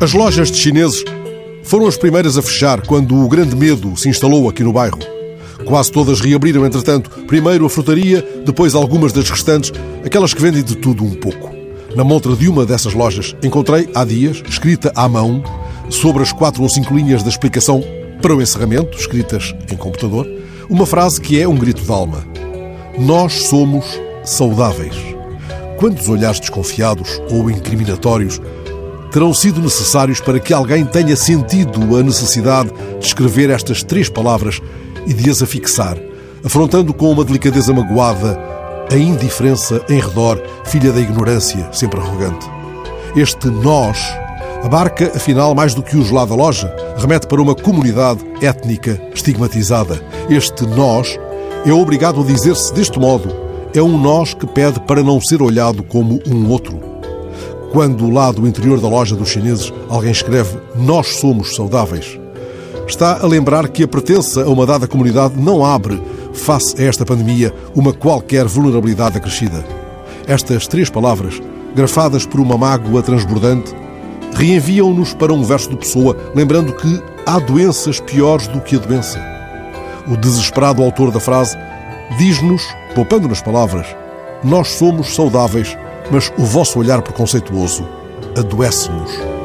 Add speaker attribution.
Speaker 1: As lojas de chineses foram as primeiras a fechar quando o grande medo se instalou aqui no bairro. Quase todas reabriram, entretanto, primeiro a frutaria, depois algumas das restantes, aquelas que vendem de tudo um pouco. Na montra de uma dessas lojas encontrei, há dias, escrita à mão, sobre as 4 ou 5 linhas da explicação para o encerramento, escritas em computador, uma frase que é um grito de alma. Nós somos saudáveis. Quantos olhares desconfiados ou incriminatórios terão sido necessários para que alguém tenha sentido a necessidade de escrever estas 3 palavras e de as afixar, afrontando com uma delicadeza magoada a indiferença em redor, filha da ignorância, sempre arrogante. Este nós abarca, afinal, mais do que o gelado da loja, remete para uma comunidade étnica estigmatizada. Este nós é obrigado a dizer-se deste modo. É um nós que pede para não ser olhado como um outro. Quando lá do interior da loja dos chineses alguém escreve "Nós somos saudáveis", está a lembrar que a pertença a uma dada comunidade não abre, face a esta pandemia, uma qualquer vulnerabilidade acrescida. Estas 3 palavras, grafadas por uma mágoa transbordante, reenviam-nos para um verso de Pessoa, lembrando que há doenças piores do que a doença. O desesperado autor da frase diz-nos, poupando nas palavras, nós somos saudáveis, mas o vosso olhar preconceituoso adoece-nos.